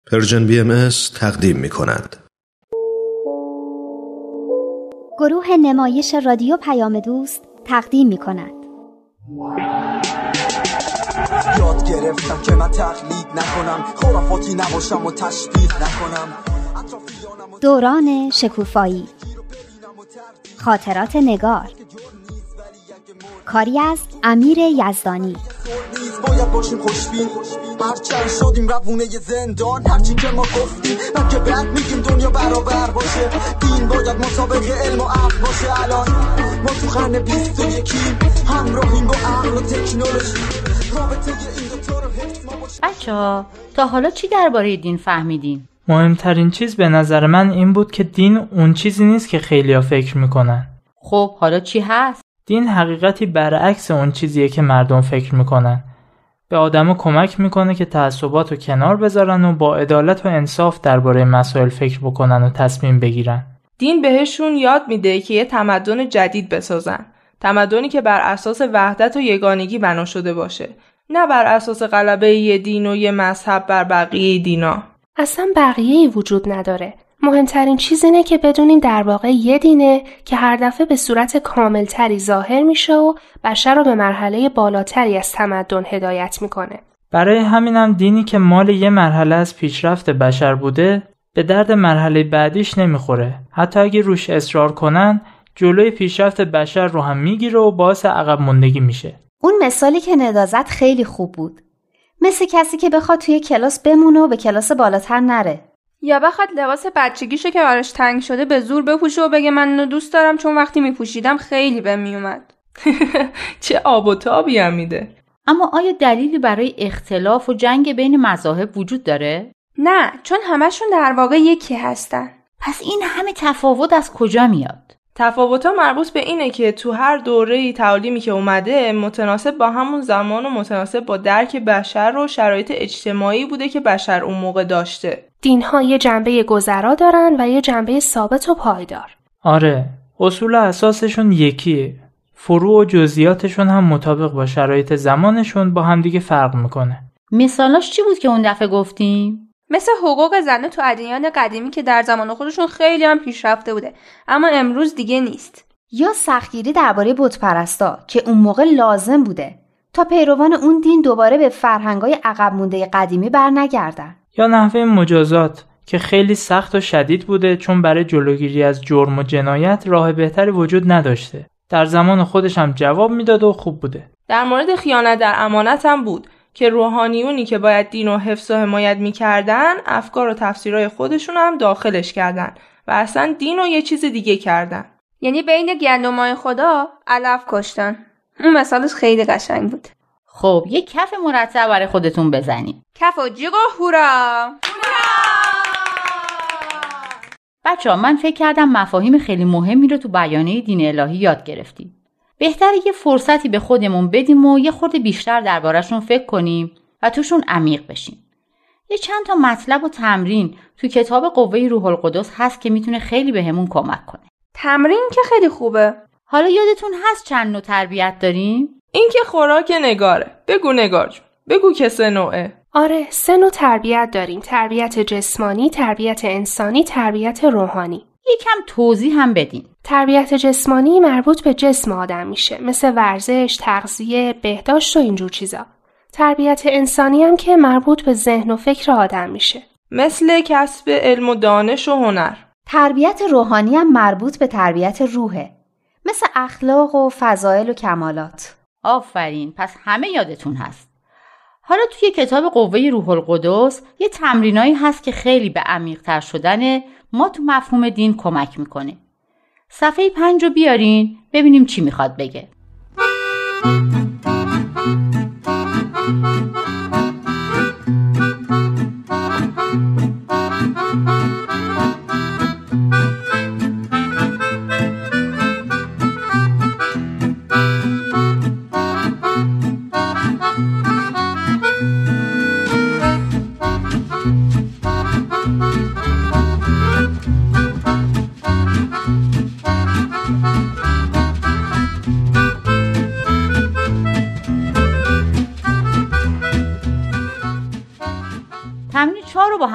پرژن BMS تقدیم می‌کند. گروه نمایش رادیو پیام دوست تقدیم می‌کند. یاد گرفتم که من تقلید نکنم، خرافاتی نباشم و تشبیه نکنم. دوران شکوفایی، خاطرات نگار، کاری از امیر یزدانی. باید باشیم خوشبین، هرچند شدیم روونه زندان، هرچی که ما گفتیم من که بعد میگیم دنیا برابر باشه. دین باید مسابقه علم و عقل باشه. الان ما تو قرن 21 همراهیم با عقل و تکنولوژی. رابطه این دوتا رو حفظ ما باشه. بچه‌ها تا حالا چی درباره دین فهمیدین؟ مهمترین چیز به نظر من این بود که دین اون چیزی نیست که خیلی‌ها فکر میکنن. خب حالا چی هست؟ دین حقیقتی برعکس اون چیزیه که مردم فکر میکنن. به آدمو کمک میکنه که تعصباتو کنار بذارن و با عدالت و انصاف درباره مسائل فکر بکنن و تصمیم بگیرن. دین بهشون یاد میده که یه تمدن جدید بسازن. تمدنی که بر اساس وحدت و یگانگی بنا شده باشه. نه بر اساس غلبه یه دین و یه مذهب بر بقیه دینا. اصلا بقیه‌ای وجود نداره. مهمترین چیز اینه که بدونیم در واقع یه دینه که هر دفعه به صورت کاملتری ظاهر میشه و بشر رو به مرحله بالاتری از تمدن هدایت میکنه. برای همینم دینی که مال یه مرحله از پیشرفت بشر بوده به درد مرحله بعدیش نمیخوره. حتی اگه روش اصرار کنن جلوی پیشرفت بشر رو هم میگیره و باعث عقب موندگی میشه. اون مثالی که ندا زد خیلی خوب بود. مثل کسی که بخواد توی کلاس بمونه و به کلاس بالاتر نره. یا بخواد لباس بچگیشو که براش تنگ شده به زور بپوشه و بگه من اینو دوست دارم چون وقتی میپوشیدم خیلی بهم میومد. چه آب و تابی هم میده. اما آیا دلیلی برای اختلاف و جنگ بین مذاهب وجود داره؟ نه، چون همشون در واقع یکی هستن. پس این همه تفاوت از کجا میاد؟ تفاوت‌ها مربوط به اینه که تو هر دوره‌ای تعالیمی که اومده متناسب با همون زمان و متناسب با درک بشر و شرایط اجتماعی بوده که بشر اون موقع داشته. دین‌ها یه جنبه گذرا دارن و یه جنبه ثابت و پایدار. آره، اصول اساسشون یکیه. فروع و جزئیاتشون هم مطابق با شرایط زمانشون با همدیگه فرق میکنه. مثالاش چی بود که اون دفعه گفتیم؟ مثل حقوق زن تو ادیان قدیمی که در زمان خودشون خیلی هم پیشرفته بوده اما امروز دیگه نیست. یا سختگیری درباره بت‌پرستا که اون موقع لازم بوده تا پیروان اون دین دوباره به فرهنگ‌های عقب مونده قدیمی برنگردن. یا نحوه مجازات که خیلی سخت و شدید بوده چون برای جلوگیری از جرم و جنایت راه بهتری وجود نداشته. در زمان خودش هم جواب میداد و خوب بوده. در مورد خیانت در امانت هم بود که روحانیونی که باید دین و حفظ و حمایت میکردن افکار و تفسیرهای خودشون هم داخلش کردن و اصلا دین رو یه چیز دیگه کردن. یعنی بین گندمای خدا علف کشتن. اون مثالش خیلی قشنگ بود. خب یک کف مرتب برای خودتون بزنید. کف و جیغ و هورا. بچه‌ها من فکر کردم مفاهیم خیلی مهمی رو تو بیانیه دین الهی یاد گرفتیم. بهتره یه فرصتی به خودمون بدیم و یه خورده بیشتر درباره‌شون فکر کنیم و توشون عمیق بشیم. یه چند تا مطلب و تمرین تو کتاب قوه روح القدس هست که میتونه خیلی بهمون کمک کنه. تمرین که خیلی خوبه. حالا یادتون هست چند نوع تربیت داریم؟ این که خوراک نگاره. بگو نگار جون. بگو که 3 نوعه. آره 3 نوع تربیت داریم. تربیت جسمانی، تربیت انسانی، تربیت روحانی. یکم توضیح هم بدین. تربیت جسمانی مربوط به جسم آدم میشه، مثل ورزش، تغذیه، بهداشت و اینجور چیزا. تربیت انسانی هم که مربوط به ذهن و فکر آدم میشه، مثل کسب علم و دانش و هنر. تربیت روحانی هم مربوط به تربیت روحه، مثل اخلاق و فضائل و کمالات. آفرین، پس همه یادتون هست. حالا توی کتاب قوه روح القدس یه تمرینایی هست که خیلی به عمیق‌تر شدن ما تو مفهوم دین کمک میکنه. صفحه 5 رو بیارین ببینیم چی میخواد بگه.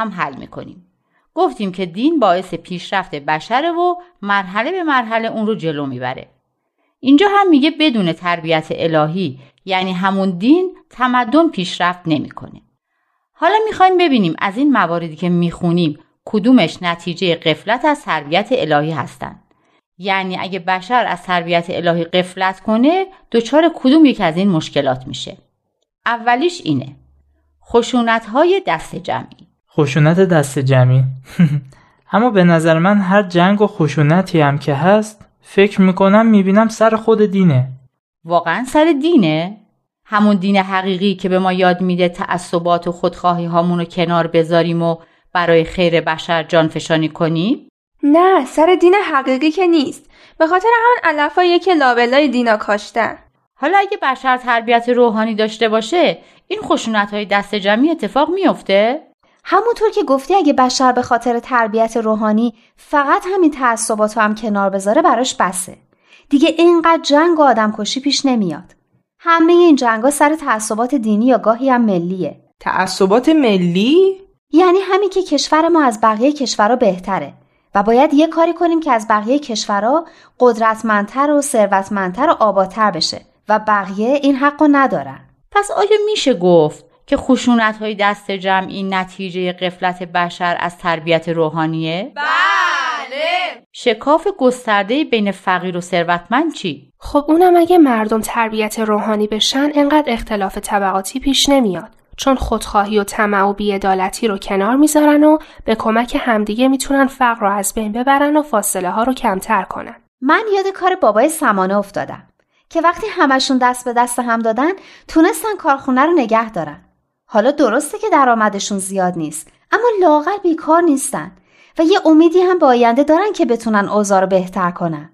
هم حل میکنیم. گفتیم که دین باعث پیشرفت بشره و مرحله به مرحله اون رو جلو میبره. اینجا هم میگه بدون تربیت الهی یعنی همون دین تمدن پیشرفت نمیکنه. حالا میخوایم ببینیم از این مواردی که میخونیم کدومش نتیجه غفلت از تربیت الهی هستن. یعنی اگه بشر از تربیت الهی غفلت کنه دچار کدوم یک از این مشکلات میشه؟ اولیش اینه: خشونت‌های دست جمعی. خشونت دست جمعی اما به نظر من هر جنگ و خشونتی هم که هست فکر میکنم میبینم سر خود دینه. واقعا سر دینه؟ همون دین حقیقی که به ما یاد میده تعصبات و خودخواهی هامون رو کنار بذاریم و برای خیر بشر جان فشانی کنیم؟ نه، سر دین حقیقی که نیست. به خاطر همون علفایی که لابلای دینا کاشتن. حالا اگه بشر تربیت روحانی داشته باشه این خشونت‌های دست جمعی اتفاق میفته؟ همونطور که گفتی اگه بشر به خاطر تربیت روحانی فقط همین تعصبات رو هم کنار بذاره براش بسه. دیگه اینقدر جنگ و آدمکشی پیش نمیاد. همه این جنگا سر تعصبات دینی یا گاهی هم ملیه. تعصبات ملی؟ یعنی همین که کشور ما از بقیه کشورها بهتره و باید یه کاری کنیم که از بقیه کشورها قدرتمندتر و ثروتمندتر و آبادتر بشه و بقیه این حقو ندارن. پس آیا میشه گفت که خشونت‌های دست جمعی نتیجه غفلت بشر از تربیت روحانیه؟ بله. شکاف گسترده بین فقیر و ثروتمند چی؟ خب اونم اگه مردم تربیت روحانی بشن انقدر اختلاف طبقاتی پیش نمیاد، چون خودخواهی و طمع و بی‌عدالتی رو کنار میذارن و به کمک همدیگه میتونن فقر رو از بین ببرن و فاصله ها رو کمتر کنن. من یاد کار بابای سمانه افتادم که وقتی همشون دست به دست هم دادن تونستن کارخونه رو نگه دارن. حالا درسته که درآمدشون زیاد نیست اما لااقل بیکار نیستن و یه امیدی هم به آینده دارن که بتونن اوضاع رو بهتر کنن.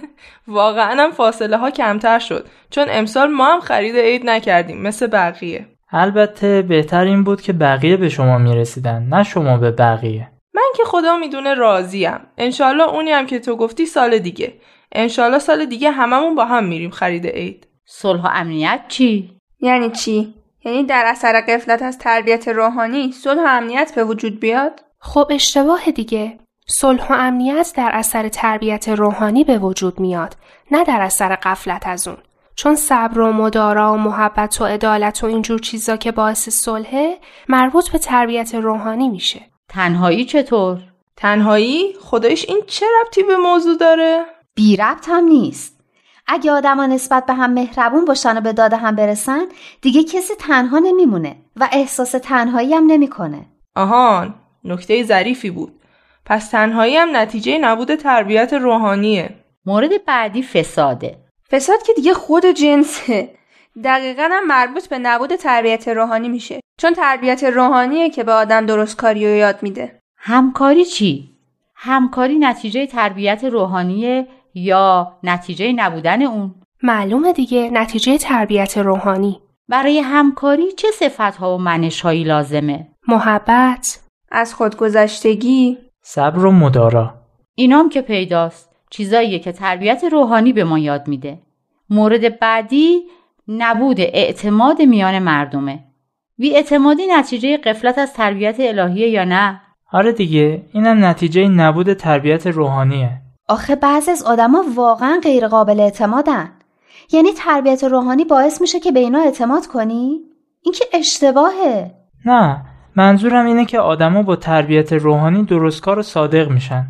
واقعا هم فاصله ها کمتر شد، چون امسال ما هم خرید عید نکردیم مثل بقیه. البته بهتر این بود که بقیه به شما میرسیدن نه شما به بقیه. من که خدا میدونه راضیم. انشالله اونی هم که تو گفتی سال دیگه. انشالله سال دیگه هممون با هم میریم خرید عید. صلح و امنیت چی؟ یعنی چی؟ یعنی در اثر غفلت از تربیت روحانی صلح و امنیت به وجود بیاد؟ خب اشتباه دیگه. صلح و امنیت در اثر تربیت روحانی به وجود میاد، نه در اثر غفلت از اون. چون صبر و مدارا و محبت و عدالت و اینجور چیزا که باعث صلحه مربوط به تربیت روحانی میشه. تنهایی چطور؟ تنهایی؟ خدایش این چه ربطی به موضوع داره؟ بی ربط هم نیست. اگه آدما نسبت به هم مهربون باشن و به داد هم برسن دیگه کسی تنها نمیمونه و احساس تنهایی هم نمیکنه. آهان، نکته ظریفی بود. پس تنهایی هم نتیجه نبود تربیت روحانیه. مورد بعدی فساده. فساد که دیگه خود جنسه. دقیقاً هم مربوط به نبود تربیت روحانی میشه، چون تربیت روحانیه که به آدم درست کاری رو یاد میده. همکاری چی؟ همکاری نتیجه تربیت روحانیه یا نتیجه نبودن اون؟ معلومه دیگه، نتیجه تربیت روحانی. برای همکاری چه صفت‌ها و منش‌هایی لازمه؟ محبت، از خودگذشتگی، صبر و مدارا. اینام که پیداست. چیزاییه که تربیت روحانی به ما یاد میده. مورد بعدی نبود اعتماد میان مردمه. بی‌اعتمادی نتیجه غفلت از تربیت الهیه یا نه؟ آره دیگه، اینم نتیجه نبود تربیت روحانیه. آخه بعضی از آدما واقعا غیر قابل اعتمادن. یعنی تربیت روحانی باعث میشه که به اینا اعتماد کنی؟ این که اشتباهه. نه، منظورم اینه که آدما با تربیت روحانی درستکار و صادق میشن.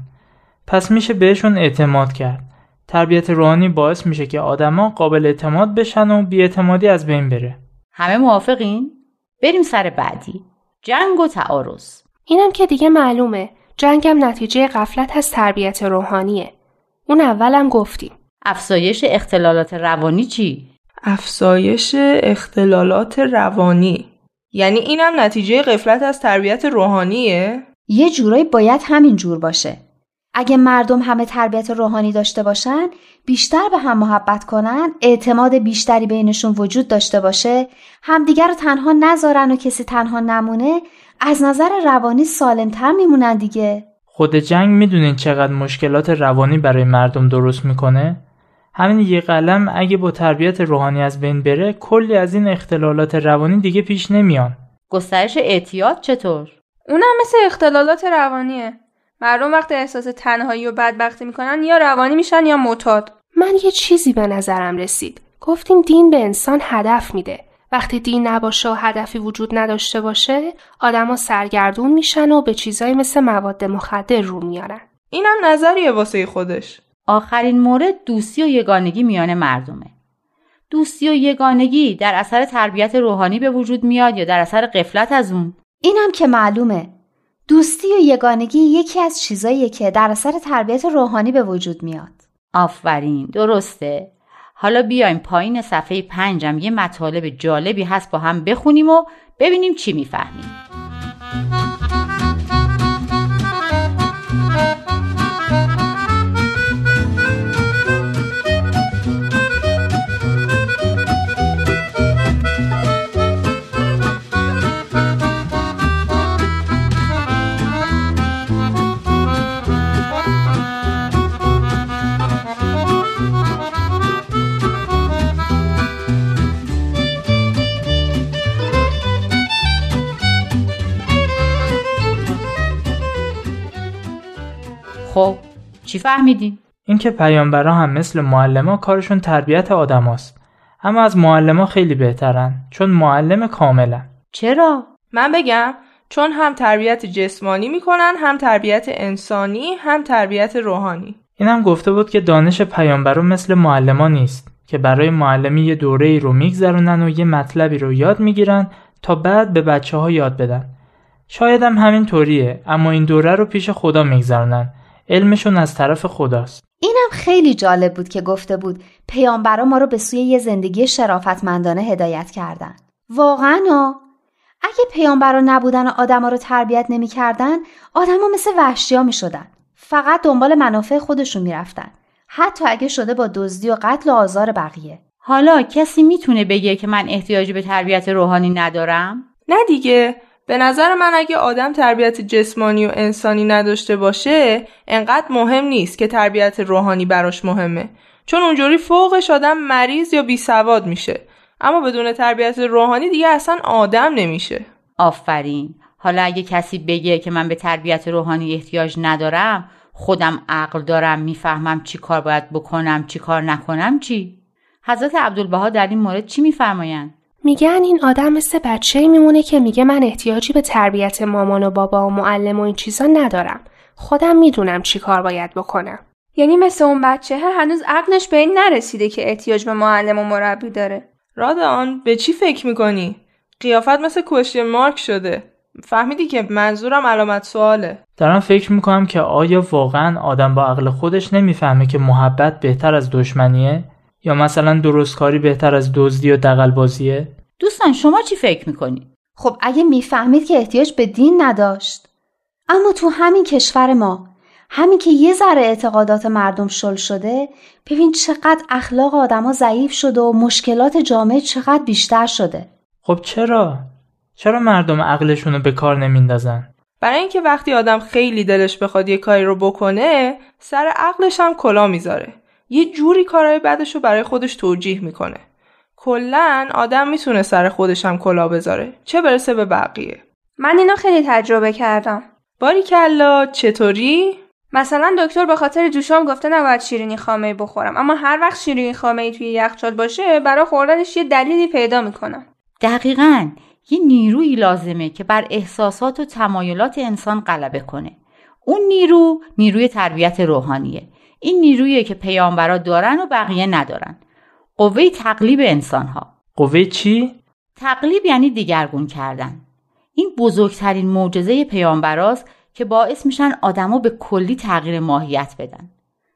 پس میشه بهشون اعتماد کرد. تربیت روحانی باعث میشه که آدما قابل اعتماد بشن و بی‌اعتمادی از بین بره. همه موافقین؟ بریم سر بعدی. جنگ و تعارض. اینم که دیگه معلومه. جنگم نتیجه غفلت از تربیت روحانیه. اون اولم گفتیم. افزایش اختلالات روانی چی؟ افزایش اختلالات روانی. یعنی اینم نتیجه غفلت از تربیت روحانیه؟ یه جورایی باید همین جور باشه. اگه مردم همه تربیت روحانی داشته باشن، بیشتر به هم محبت کنن، اعتماد بیشتری بینشون وجود داشته باشه، همدیگر رو تنها نذارن و کسی تنها نمونه، از نظر روانی سالمتر میمونن دیگه. خود جنگ میدونین چقدر مشکلات روانی برای مردم درست میکنه؟ همین یه قلم اگه با تربیت روحانی از بین بره، کلی از این اختلالات روانی دیگه پیش نمیان. گسترش اعتیاد چطور؟ اونم مثل اختلالات روانیه. مردم وقتی احساس تنهایی و بدبختی میکنن یا روانی میشن یا معتاد. من یه چیزی به نظرم رسید. گفتیم دین به انسان هدف میده. وقتی دین نباشه و هدفی وجود نداشته باشه، آدما سرگردون میشن و به چیزایی مثل مواد مخدر رو میارن. اینم نظریه واسه خودش. آخرین مورد دوستی و یگانگی میان مردمه. دوستی و یگانگی در اثر تربیت روحانی به وجود میاد یا در اثر غفلت از اون؟ اینم که معلومه. دوستی و یگانگی یکی از چیزاییه که در اثر تربیت روحانی به وجود میاد. آفرین، درسته. حالا بیایم پایین صفحه 5 یه مطالب جالبی هست با هم بخونیم و ببینیم چی میفهمیم. خب چی فهمیدین؟ این که پیامبرا هم مثل معلما کارشون تربیت آدماست. اما از معلما خیلی بهترن، چون معلم کاملن. چرا؟ من بگم چون هم تربیت جسمانی میکنن، هم تربیت انسانی، هم تربیت روحانی. اینم گفته بود که دانش پیامبرا مثل معلما نیست که برای معلمی یه دوره‌ای رو میگذرونن و یه مطلبی رو یاد میگیرن تا بعد به بچه‌ها یاد بدن. شاید هم همین طوریه، اما این دوره رو پیش خدا میگذرونن. علمشون از طرف خداست. اینم خیلی جالب بود که گفته بود پیامبرا ما رو به سوی یه زندگی شرافتمندانه هدایت کردن. واقعا اگه پیامبرا نبودن و آدما رو تربیت نمی‌کردن، آدما مثل وحشی‌ها می‌شدن. فقط دنبال منافع خودشون می‌رفتن. حتی اگه شده با دزدی و قتل و آزار بقیه. حالا کسی میتونه بگه که من احتیاجی به تربیت روحانی ندارم؟ نه دیگه. به نظر من اگه آدم تربیت جسمانی و انسانی نداشته باشه، انقدر مهم نیست که تربیت روحانی براش مهمه. چون اونجوری فوقش آدم مریض یا بیسواد میشه. اما بدون تربیت روحانی دیگه اصلا آدم نمیشه. آفرین. حالا اگه کسی بگه که من به تربیت روحانی احتیاج ندارم، خودم عقل دارم، میفهمم چی کار باید بکنم، چی کار نکنم، چی؟ حضرت عبدالبها در این مورد چی میفرمایند؟ میگن این آدم مثل بچه‌ای میمونه که میگه من احتیاجی به تربیت مامان و بابا و معلم و این چیزا ندارم. خودم میدونم چی کار باید بکنم. یعنی مثل اون بچه هنوز عقلش به این نرسیده که احتیاج به معلم و مربی داره. رادان به چی فکر میکنی؟ قیافت مثل کوشن مارک شده. فهمیدی که منظورم علامت سواله. دارم فکر میکنم که آیا واقعا آدم با عقل خودش نمیفهمه که محبت بهتر از دشمنیه؟ یا مثلا درستکاری بهتر از دزدی و دغل‌بازیه؟ دوستان شما چی فکر میکنید؟ خب اگه میفهمید که احتیاج به دین نداشت. اما تو همین کشور ما، همین که یه ذره اعتقادات مردم شل شده، ببین چقدر اخلاق آدما ضعیف شده و مشکلات جامعه چقدر بیشتر شده. خب چرا مردم عقلشونو به کار نمیندازن؟ برای اینکه وقتی آدم خیلی دلش بخواد یه کاری رو بکنه، سر عقلش هم کلا میذاره. یه جوری کارهای بدشو برای خودش توجیه میکنه. کلن آدم میتونه سر خودش هم کلا بذاره، چه برسه به بقیه. من اینو خیلی تجربه کردم. باریکلا. چطوری؟ مثلا دکتر به خاطر جوشام گفته نباید شیرینی خامه‌ای بخورم، اما هر وقت شیرینی خامه‌ای توی یخچال باشه برای خوردنش یه دلیلی پیدا میکنم. دقیقاً. یه نیرویی لازمه که بر احساسات و تمایلات انسان غلبه کنه. اون نیروی تربیت روحانیه. این نیرویی که پیامبرا دارن و بقیه ندارن. قوه تقلیب انسان‌ها. قوه چی؟ تقلیب یعنی دیگرگون کردن. این بزرگترین معجزه پیامبراست که باعث میشن آدمو به کلی تغییر ماهیت بدن.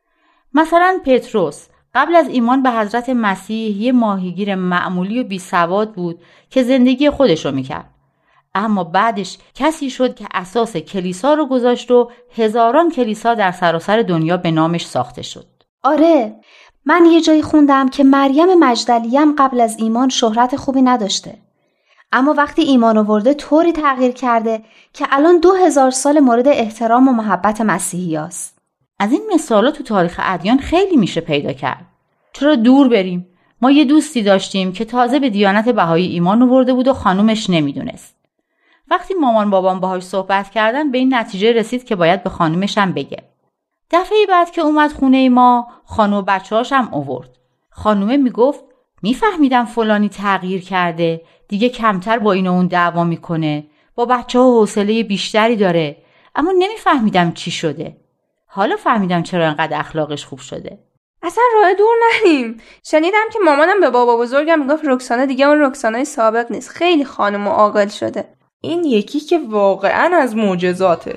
مثلا پتروس قبل از ایمان به حضرت مسیح یه ماهیگیر معمولی و بیسواد بود که زندگی خودش رو میکرد. اما بعدش کسی شد که اساس کلیسا رو گذاشت و هزاران کلیسا در سراسر دنیا به نامش ساخته شد. آره، من یه جایی خوندم که مریم مجدلیه هم قبل از ایمان شهرت خوبی نداشته. اما وقتی ایمان آورده طوری تغییر کرده که الان 2000 سال مورد احترام و محبت مسیحی هست. از این مثالا تو تاریخ ادیان خیلی میشه پیدا کرد. چرا دور بریم؟ ما یه دوستی داشتیم که تازه به دیانت بهایی ایمان آورده بود و خانومش نمیدونست. وقتی مامان بابام باهاش صحبت کردن به این نتیجه رسید که باید به خانومش هم بگه. دفعه بعد که اومد خونه ما، خانم و بچه‌هاش هم آورد. خانومه میگفت میفهمیدم فلانی تغییر کرده، دیگه کمتر با این و اون دعوا میکنه، با بچه‌ها حوصله بیشتری داره، اما نمیفهمیدم چی شده. حالا فهمیدم چرا انقدر اخلاقش خوب شده. اصلا راه دور نریم. شنیدم که مامانم به بابا بزرگم میگفت رکسانه دیگه اون رکسانه سابق نیست، خیلی خانم و عاقل شده. این یکی که واقعا از معجزاته.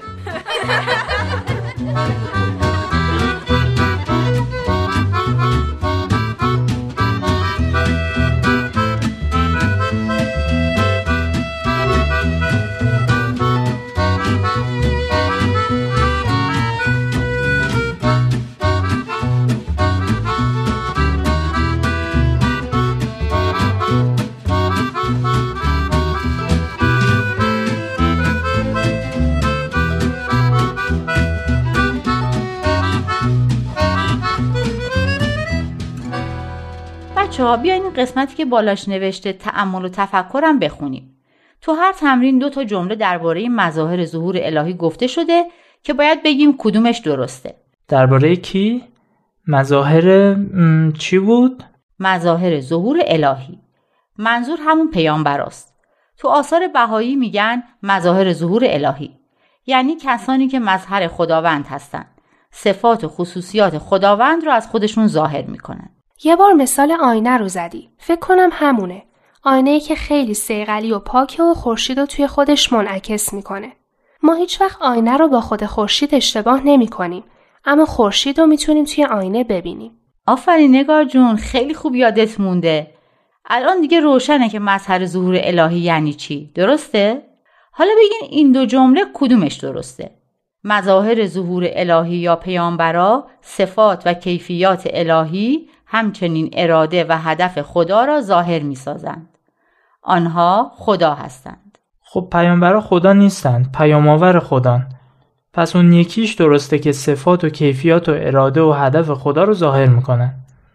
بچه‌ها بیاین این قسمتی که بالاش نوشته تأمل و تفکرم بخونیم. تو هر تمرین 2 جمله درباره مظاهر ظهور الهی گفته شده که باید بگیم کدومش درسته. درباره کی؟ مظاهر چی بود؟ مظاهر ظهور الهی. منظور همون پیامبراست. تو آثار بهایی میگن مظاهر ظهور الهی، یعنی کسانی که مظهر خداوند هستن، صفات و خصوصیات خداوند رو از خودشون ظاهر میکنن. یه بار مثال آینه رو زدی. فکر کنم همونه. آینه‌ای که خیلی صیقلی و پاکه و خورشید رو توی خودش منعکس میکنه. ما هیچ وقت آینه رو با خود خورشید اشتباه نمی‌کنیم، اما خورشید رو میتونیم توی آینه ببینیم. آفرین نگار جون، خیلی خوب یادت مونده. الان دیگه روشنه که مظهر ظهور الهی یعنی چی، درسته؟ حالا بگین این 2 جمله کدومش درسته؟ مظاهر ظهور الهی یا پیامبرا صفات و کیفیات الهی همچنین اراده و هدف خدا را ظاهر می‌سازند. آنها خدا هستند. خب پیامبرا خدا نیستند، پیام‌آور خدان. پس اون یکیش درسته که صفات و کیفیات و اراده و هدف خدا رو ظاهر میکنن.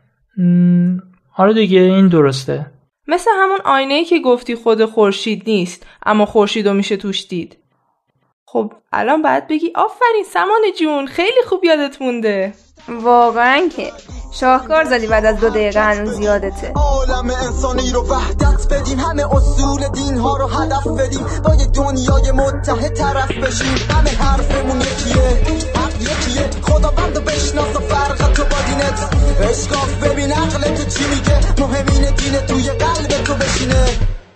آره دیگه این درسته. مثل همون آینه‌ای که گفتی خود خورشید نیست، اما خورشید رو میشه توش دید. خب الان باید بگی آفرین سمان جون، خیلی خوب یادت مونده. واقعا که شاهکار زدی، بعد از 2 دقیقه هنوز یادته. عالم انسانی رو وحدت بدیم، همه اصول دین ها رو هدف بدیم، با یه دنیای متحد طرف بشیم. همه حرفمون یکیه، حق یکیه، خداوند رو بشناس و فرق تو با دینت. اشکاف ببین عقل تو چی میگه، مهم اینه دین توی قلب تو بشینه.